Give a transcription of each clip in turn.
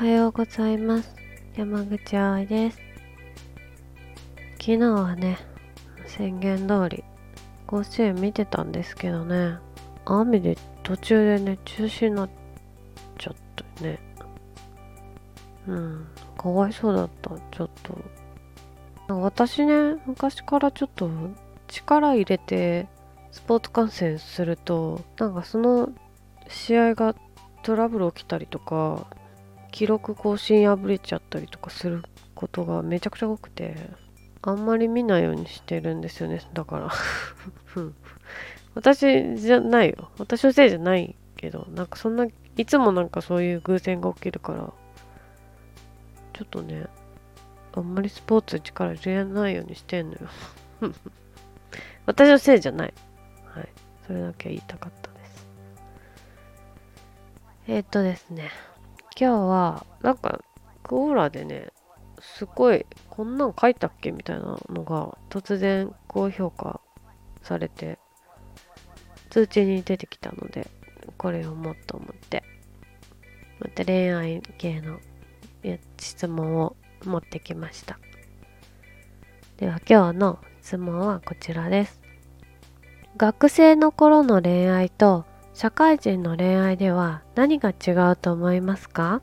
はようございます。山口葵です。昨日はね、宣言通り甲子園見てたんですけどね、雨で途中でね、中止になっちゃったね。かわいそうだった。ちょっと。私ね、昔からちょっと力入れてスポーツ観戦すると、その試合がトラブル起きたりとか、記録更新破れちゃったりとかすることがめちゃくちゃ多くて、あんまり見ないようにしてるんですよね。だから私じゃないよ。私のせいじゃないけど、そんないつもそういう偶然が起きるから、ちょっとね、あんまりスポーツに力入れないようにしてんのよ私のせいじゃない。はい。それだけ言いたかったです。ですね。今日は、クオーラでね、すごい、こんなん書いたっけみたいなのが、突然高評価されて、通知に出てきたので、これをもっと思って、また恋愛系の質問を持ってきました。では今日の質問はこちらです。学生の頃の恋愛と社会人の恋愛では何が違うと思いますか？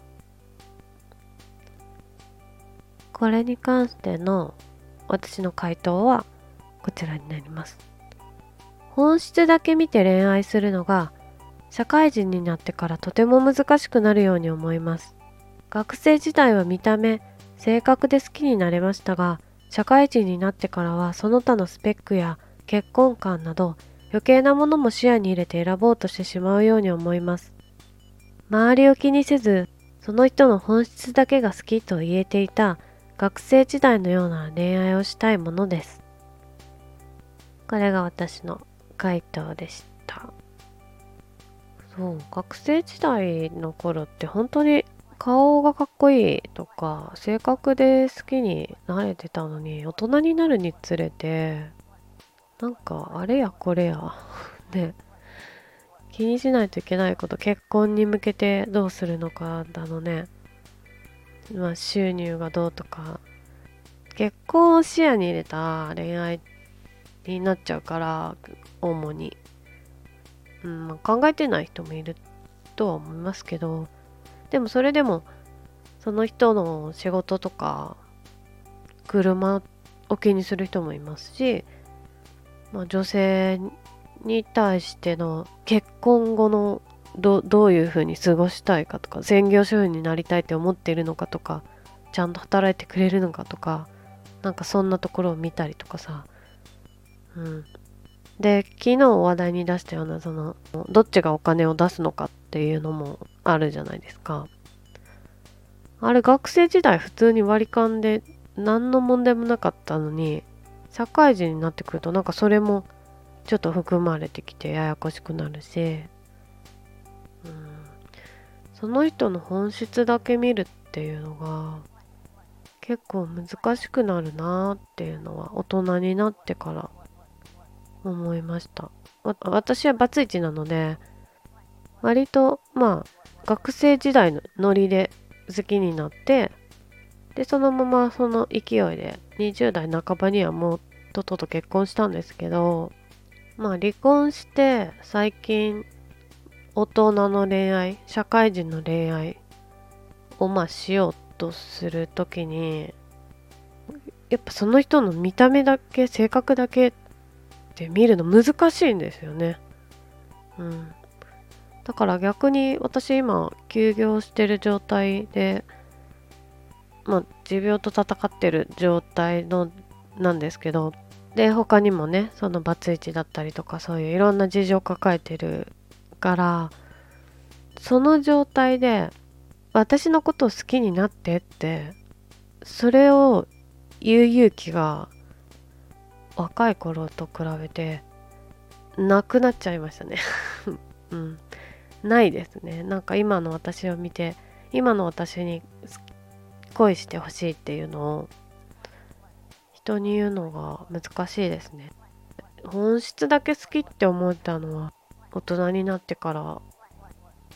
これに関しての私の回答はこちらになります。本質だけ見て恋愛するのが社会人になってからとても難しくなるように思います。学生時代は見た目、性格で好きになれましたが、社会人になってからはその他のスペックや結婚観など余計なものも視野に入れて選ぼうとしてしまうように思います。周りを気にせず、その人の本質だけが好きと言えていた学生時代のような恋愛をしたいものです。これが私の回答でした。そう、学生時代の頃って本当に顔がかっこいいとか性格で好きになれてたのに、大人になるにつれてあれやこれやね、気にしないといけないこと、結婚に向けてどうするのかだのね、収入がどうとか、結婚を視野に入れた恋愛になっちゃうから、主に、考えてない人もいるとは思いますけど、でもそれでもその人の仕事とか車を気にする人もいますし、女性に対しての結婚後のどういう風に過ごしたいかとか、専業主婦になりたいって思っているのかとか、ちゃんと働いてくれるのかとか、そんなところを見たりとかさ、で、昨日話題に出したようなどっちがお金を出すのかっていうのもあるじゃないですか。あれ学生時代普通に割り勘で何の問題もなかったのに、社会人になってくるとそれもちょっと含まれてきてややこしくなるし、その人の本質だけ見るっていうのが結構難しくなるなーっていうのは大人になってから思いました。私はバツイチなので、割と学生時代のノリで好きになって、でそのままその勢いで20代半ばにはもうとっとと結婚したんですけど、離婚して最近大人の恋愛、社会人の恋愛をしようとするときに、やっぱその人の見た目だけ、性格だけって見るの難しいんですよね。だから逆に私今休業してる状態で、持病と戦ってる状態なんですけど、で他にもね、そのバツイチだったりとか、そういういろんな事情を抱えてるから、その状態で私のことを好きになってって、それを言う勇気が若い頃と比べてなくなっちゃいましたねないですね。今の私を見て、今の私に恋してほしいっていうのを人に言うのが難しいですね。本質だけ好きって思ったのは大人になってから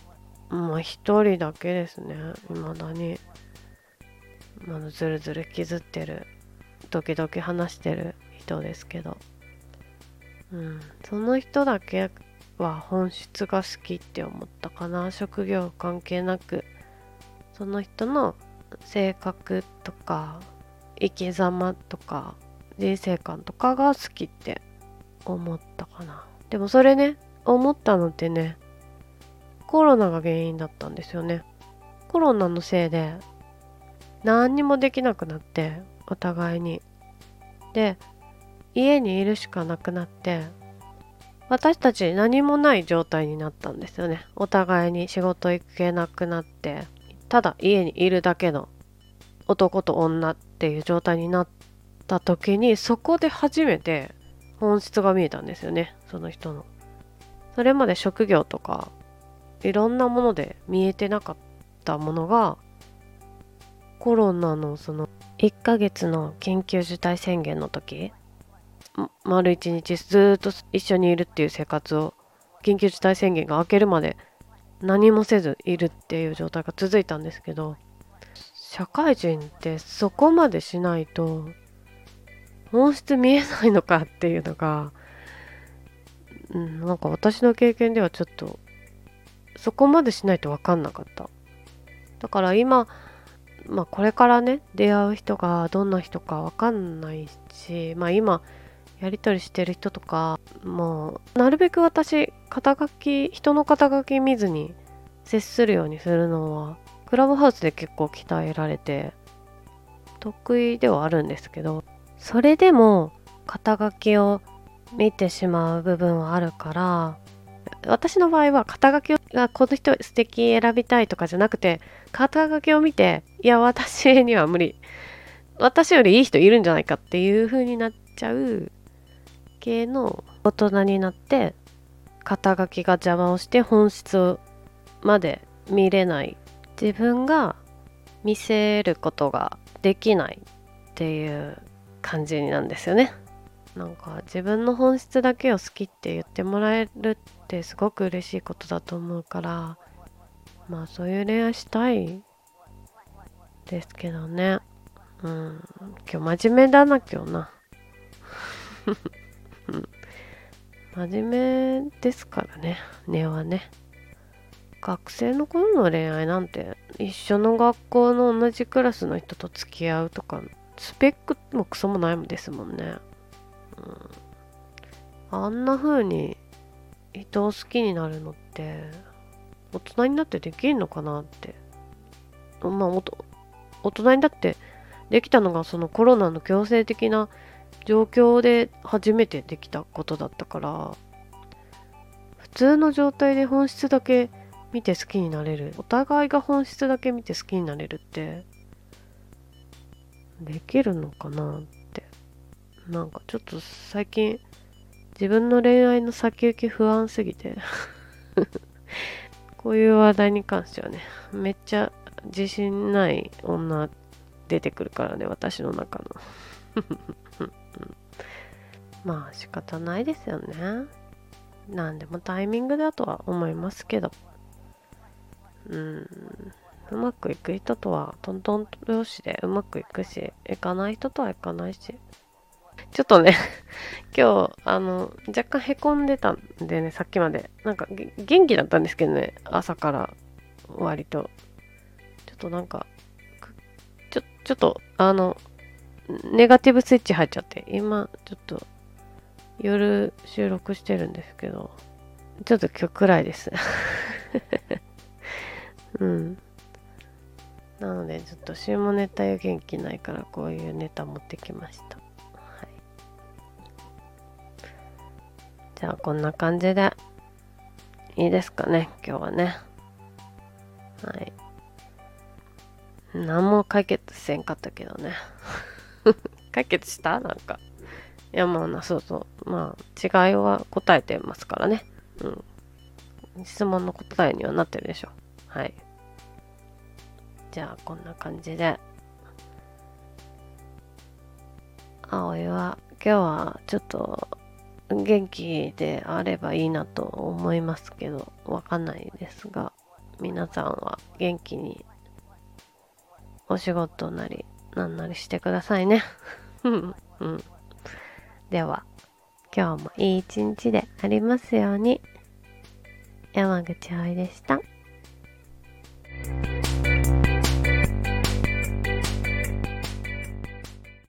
一人だけですね。未だにずるずる傷ってる、時々話してる人ですけど、その人だけは本質が好きって思ったかな。職業関係なく、その人の性格とか生き様とか人生観とかが好きって思ったかな。でもそれね、思ったのってね、コロナが原因だったんですよね。コロナのせいで何にもできなくなって、お互いに。で、家にいるしかなくなって、私たち何もない状態になったんですよね。お互いに仕事行けなくなって、ただ家にいるだけの男と女っていう状態になった時に、そこで初めて本質が見えたんですよね、その人の。それまで職業とかいろんなもので見えてなかったものが、コロナのその1ヶ月の緊急事態宣言の時、丸1日ずっと一緒にいるっていう生活を、緊急事態宣言が明けるまで何もせずいるっていう状態が続いたんですけど、社会人ってそこまでしないと本質見えないのかっていうのが、なんか私の経験ではちょっとそこまでしないと分かんなかった。だから今、これからね、出会う人がどんな人か分かんないし、今やり取りしてる人とかもうなるべく私、人の肩書き見ずに接するようにするのはクラブハウスで結構鍛えられて得意ではあるんですけど、それでも肩書きを見てしまう部分はあるから、私の場合は肩書きがこの人素敵選びたいとかじゃなくて、肩書きを見て、いや私には無理、私よりいい人いるんじゃないかっていう風になっちゃう系の大人になって、肩書きが邪魔をして本質まで見れない、自分が見せることができないっていう感じなんですよね。なんか自分の本質だけを好きって言ってもらえるってすごく嬉しいことだと思うから、そういう恋愛したいですけどね。今日真面目だな今日な。真面目ですからね、根はね。学生の頃の恋愛なんて一緒の学校の同じクラスの人と付き合うとか、スペックもクソもないもんですもんね。あんな風に人を好きになるのって大人になってできるのかなって。大人になってできたのがそのコロナの強制的な状況で初めてできたことだったから、普通の状態で本質だけ見て好きになれる、お互いが本質だけ見て好きになれるってできるのかなって。なんかちょっと最近自分の恋愛の先行き不安すぎてこういう話題に関してはね、めっちゃ自信ない女出てくるからね、私の中の仕方ないですよね。なんでもタイミングだとは思いますけど、うまくいく人とはトントン拍子でうまくいくし、いかない人とはいかないし。ちょっとね今日若干へこんでたんでね、さっきまでなんか元気だったんですけどね、朝から割とちょっとなんかちょっとネガティブスイッチ入っちゃって、今ちょっと夜収録してるんですけど、ちょっと今日暗いですなのでちょっと下ネタや元気ないから、こういうネタ持ってきました。じゃあこんな感じでいいですかね、今日はね。何も解決せんかったけどね解決したなんか。いやそうそう、違いは答えてますからね。質問の答えにはなってるでしょ。じゃあこんな感じで、葵は今日はちょっと元気であればいいなと思いますけど、わかんないですが、 皆さんは元気にお仕事なりなんなりしてくださいね。うん。では、今日もいい一日でありますように。山口葵でした。